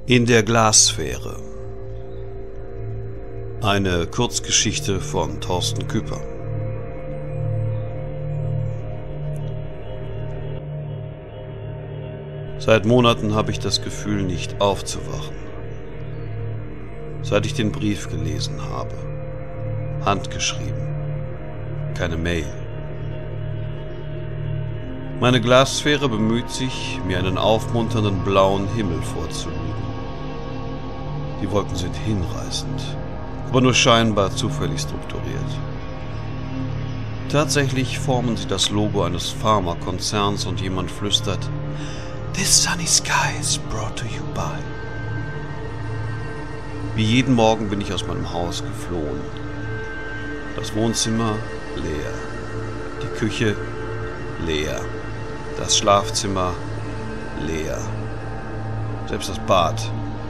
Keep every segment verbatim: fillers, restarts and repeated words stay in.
In der Glassphäre. Eine Kurzgeschichte von Thorsten Küper. Seit Monaten habe ich das Gefühl, nicht aufzuwachen. Seit ich den Brief gelesen habe. Handgeschrieben. Keine Mail. Meine Glassphäre bemüht sich, mir einen aufmunternden blauen Himmel vorzulügen. Die Wolken sind hinreißend, aber nur scheinbar zufällig strukturiert. Tatsächlich formen sie das Logo eines Pharmakonzerns und jemand flüstert: "This sunny sky is brought to you by." Wie jeden Morgen bin ich aus meinem Haus geflohen. Das Wohnzimmer leer, die Küche leer, das Schlafzimmer leer, selbst das Bad.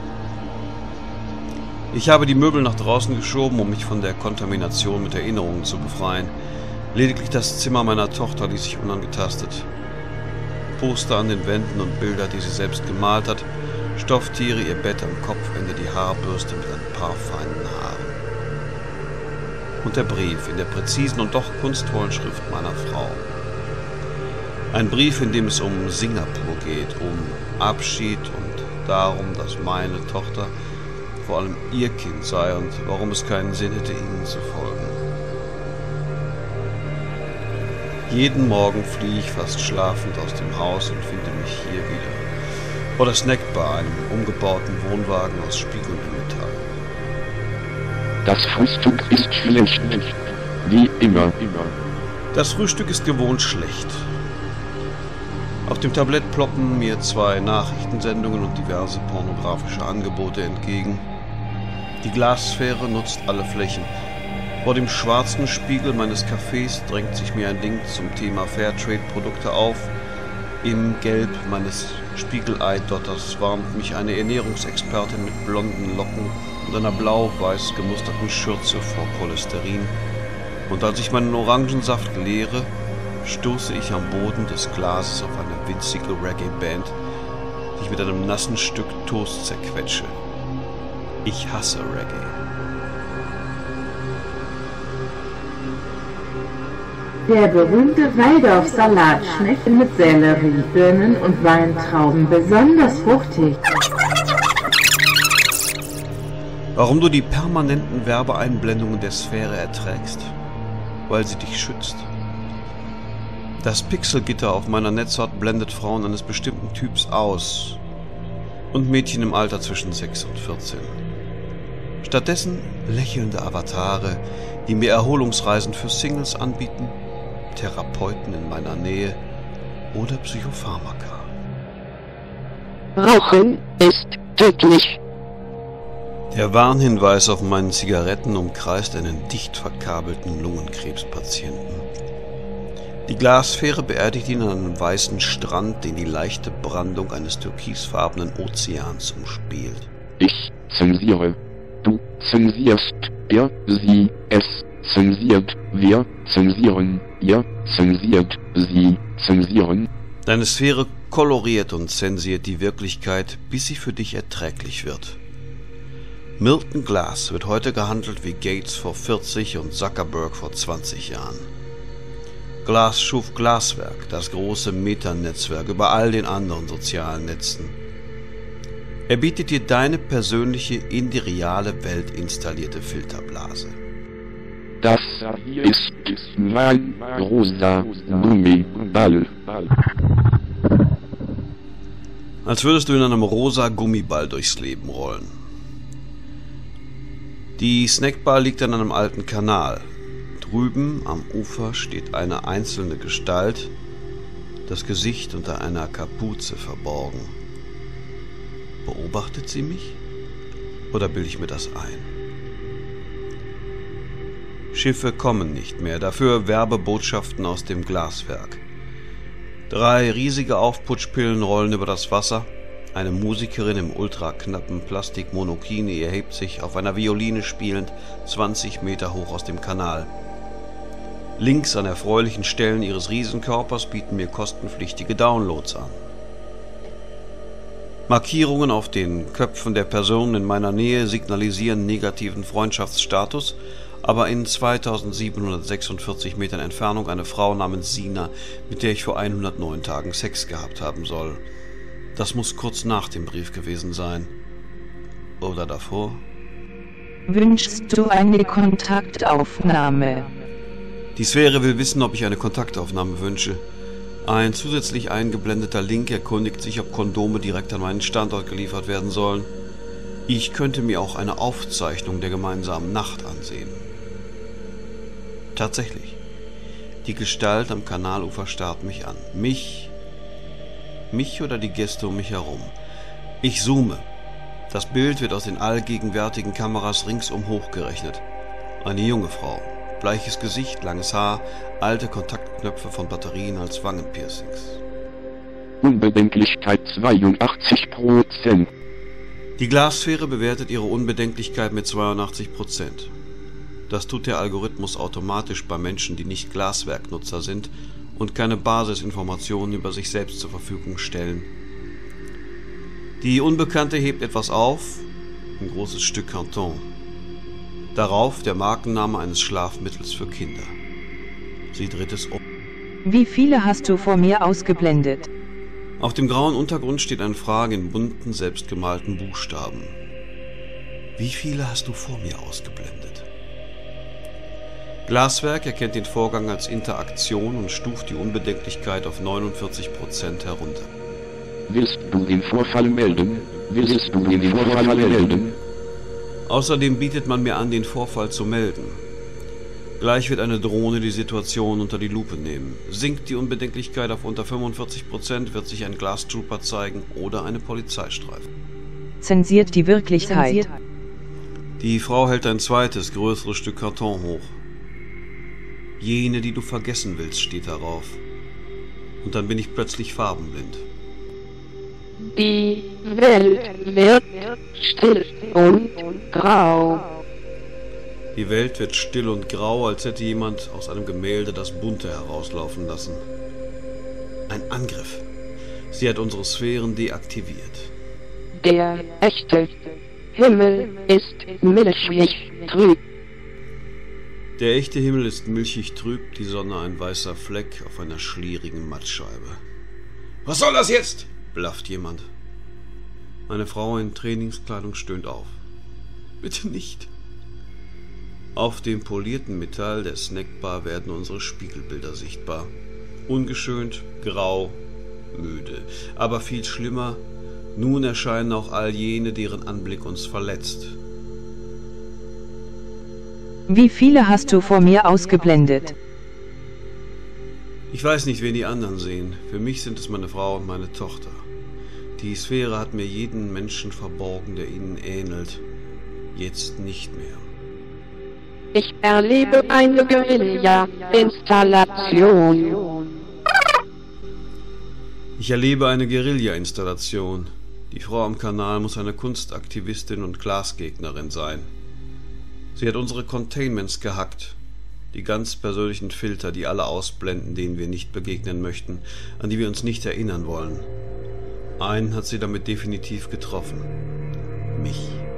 Ich habe die Möbel nach draußen geschoben, um mich von der Kontamination mit Erinnerungen zu befreien. Lediglich das Zimmer meiner Tochter ließ sich unangetastet. Poster an den Wänden und Bilder, die sie selbst gemalt hat, Stofftiere, ihr Bett am Kopfende, die Haarbürste mit ein paar feinen Haaren. Und der Brief in der präzisen und doch kunstvollen Schrift meiner Frau. Ein Brief, in dem es um Singapur geht, um Abschied und darum, dass meine Tochter vor allem ihr Kind sei und warum es keinen Sinn hätte, ihnen zu folgen. Jeden Morgen fliehe ich fast schlafend aus dem Haus und finde mich hier wieder. Vor der Snackbar, einem umgebauten Wohnwagen aus Spiegeln im Metall. Das Frühstück ist schlecht. Wie immer. Das Frühstück ist gewohnt schlecht. Auf dem Tablett ploppen mir zwei Nachrichtensendungen und diverse pornografische Angebote entgegen. Die Glassphäre nutzt alle Flächen. Vor dem schwarzen Spiegel meines Cafés drängt sich mir ein Link zum Thema Fairtrade-Produkte auf. Im Gelb meines Spiegelei-Dotters warnt mich eine Ernährungsexpertin mit blonden Locken und einer blau-weiß gemusterten Schürze vor Cholesterin. Und als ich meinen Orangensaft leere, stoße ich am Boden des Glases auf eine winzige Reggae-Band, die ich mit einem nassen Stück Toast zerquetsche. Ich hasse Reggae. Der berühmte Waldorf-Salat schmeckt mit Sellerie, Birnen und Weintrauben besonders fruchtig. Warum du die permanenten Werbeeinblendungen der Sphäre erträgst? Weil sie dich schützt. Das Pixelgitter auf meiner Netzhaut blendet Frauen eines bestimmten Typs aus und Mädchen im Alter zwischen sechs und vierzehn. Stattdessen lächelnde Avatare, die mir Erholungsreisen für Singles anbieten, Therapeuten in meiner Nähe oder Psychopharmaka. Rauchen ist tödlich. Der Warnhinweis auf meinen Zigaretten umkreist einen dicht verkabelten Lungenkrebspatienten. Die Glassphäre beerdigt ihn an einem weißen Strand, den die leichte Brandung eines türkisfarbenen Ozeans umspielt. Ich zensiere. Du zensierst. Er, sie, es zensiert. Wir zensieren. Ihr zensiert. Sie zensieren. Deine Sphäre koloriert und zensiert die Wirklichkeit, bis sie für dich erträglich wird. Milton Glass wird heute gehandelt wie Gates vor vierzig und Zuckerberg vor zwanzig Jahren. Glass schuf Glasswerk, das große Metanetzwerk über all den anderen sozialen Netzen. Er bietet dir deine persönliche, in die reale Welt installierte Filterblase. Das ist mein rosa Gummiball. Als würdest du in einem rosa Gummiball durchs Leben rollen. Die Snackbar liegt an einem alten Kanal. Drüben am Ufer steht eine einzelne Gestalt, das Gesicht unter einer Kapuze verborgen. Beobachtet sie mich? Oder bilde ich mir das ein? Schiffe kommen nicht mehr, dafür Werbebotschaften aus dem Glaswerk. Drei riesige Aufputschpillen rollen über das Wasser. Eine Musikerin im ultraknappen Plastikmonokini erhebt sich, auf einer Violine spielend, zwanzig Meter hoch aus dem Kanal. Links an erfreulichen Stellen ihres Riesenkörpers bieten mir kostenpflichtige Downloads an. Markierungen auf den Köpfen der Personen in meiner Nähe signalisieren negativen Freundschaftsstatus, aber in zweitausendsiebenhundertsechsundvierzig Metern Entfernung eine Frau namens Sina, mit der ich vor hundertneun Tagen Sex gehabt haben soll. Das muss kurz nach dem Brief gewesen sein. Oder davor? Wünschst du eine Kontaktaufnahme? Die Sphäre will wissen, ob ich eine Kontaktaufnahme wünsche. Ein zusätzlich eingeblendeter Link erkundigt sich, ob Kondome direkt an meinen Standort geliefert werden sollen. Ich könnte mir auch eine Aufzeichnung der gemeinsamen Nacht ansehen. Tatsächlich. Die Gestalt am Kanalufer starrt mich an. Mich? Mich oder die Gäste um mich herum? Ich zoome. Das Bild wird aus den allgegenwärtigen Kameras ringsum hochgerechnet. Eine junge Frau. Bleiches Gesicht, langes Haar, alte Kontaktknöpfe von Batterien als Wangenpiercings. Unbedenklichkeit zweiundachtzig Prozent. Die Glassphäre bewertet ihre Unbedenklichkeit mit zweiundachtzig Prozent. Das tut der Algorithmus automatisch bei Menschen, die nicht Glaswerknutzer sind und keine Basisinformationen über sich selbst zur Verfügung stellen. Die Unbekannte hebt etwas auf, ein großes Stück Karton. Darauf der Markenname eines Schlafmittels für Kinder. Sie dreht es um. Wie viele hast du vor mir ausgeblendet? Auf dem grauen Untergrund steht eine Frage in bunten, selbstgemalten Buchstaben. Wie viele hast du vor mir ausgeblendet? Glaswerk erkennt den Vorgang als Interaktion und stuft die Unbedenklichkeit auf neunundvierzig Prozent herunter. Willst du den Vorfall melden? Willst du den Vorfall melden? Außerdem bietet man mir an, den Vorfall zu melden. Gleich wird eine Drohne die Situation unter die Lupe nehmen. Sinkt die Unbedenklichkeit auf unter fünfundvierzig Prozent, wird sich ein Glastrooper zeigen oder eine Polizeistreife. Zensiert die Wirklichkeit. Die Frau hält ein zweites, größeres Stück Karton hoch. Jene, die du vergessen willst, steht darauf. Und dann bin ich plötzlich farbenblind. Die Welt wird still und grau. Die Welt wird still und grau, als hätte jemand aus einem Gemälde das Bunte herauslaufen lassen. Ein Angriff. Sie hat unsere Sphären deaktiviert. Der echte Himmel ist milchig trüb. Der echte Himmel ist milchig trüb, die Sonne ein weißer Fleck auf einer schlierigen Mattscheibe. Was soll das jetzt? Blafft jemand. Eine Frau in Trainingskleidung stöhnt auf. Bitte nicht. Auf dem polierten Metall der Snackbar werden unsere Spiegelbilder sichtbar. Ungeschönt, grau, müde. Aber viel schlimmer, nun erscheinen auch all jene, deren Anblick uns verletzt. Wie viele hast du vor mir ausgeblendet? Ich weiß nicht, wen die anderen sehen. Für mich sind es meine Frau und meine Tochter. Die Sphäre hat mir jeden Menschen verborgen, der ihnen ähnelt. Jetzt nicht mehr. Ich erlebe eine Guerilla-Installation. Ich erlebe eine Guerilla-Installation. Die Frau am Kanal muss eine Kunstaktivistin und Glasgegnerin sein. Sie hat unsere Containments gehackt. Die ganz persönlichen Filter, die alle ausblenden, denen wir nicht begegnen möchten, an die wir uns nicht erinnern wollen. Einen hat sie damit definitiv getroffen. Mich.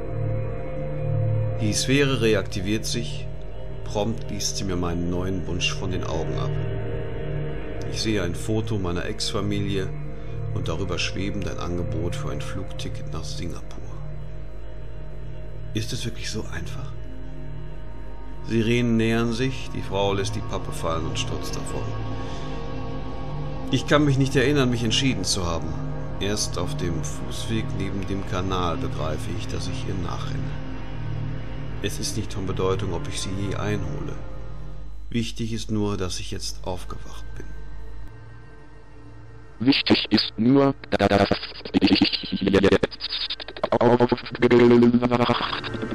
Die Sphäre reaktiviert sich, prompt liest sie mir meinen neuen Wunsch von den Augen ab. Ich sehe ein Foto meiner Ex-Familie und darüber schwebend ein Angebot für ein Flugticket nach Singapur. Ist es wirklich so einfach? Sirenen nähern sich, die Frau lässt die Pappe fallen und stürzt davon. Ich kann mich nicht erinnern, mich entschieden zu haben. Erst auf dem Fußweg neben dem Kanal begreife ich, dass ich ihr nachrenne. Es ist nicht von Bedeutung, ob ich sie je einhole. Wichtig ist nur, dass ich jetzt aufgewacht bin. Wichtig ist nur, dass ich jetzt aufgewacht bin.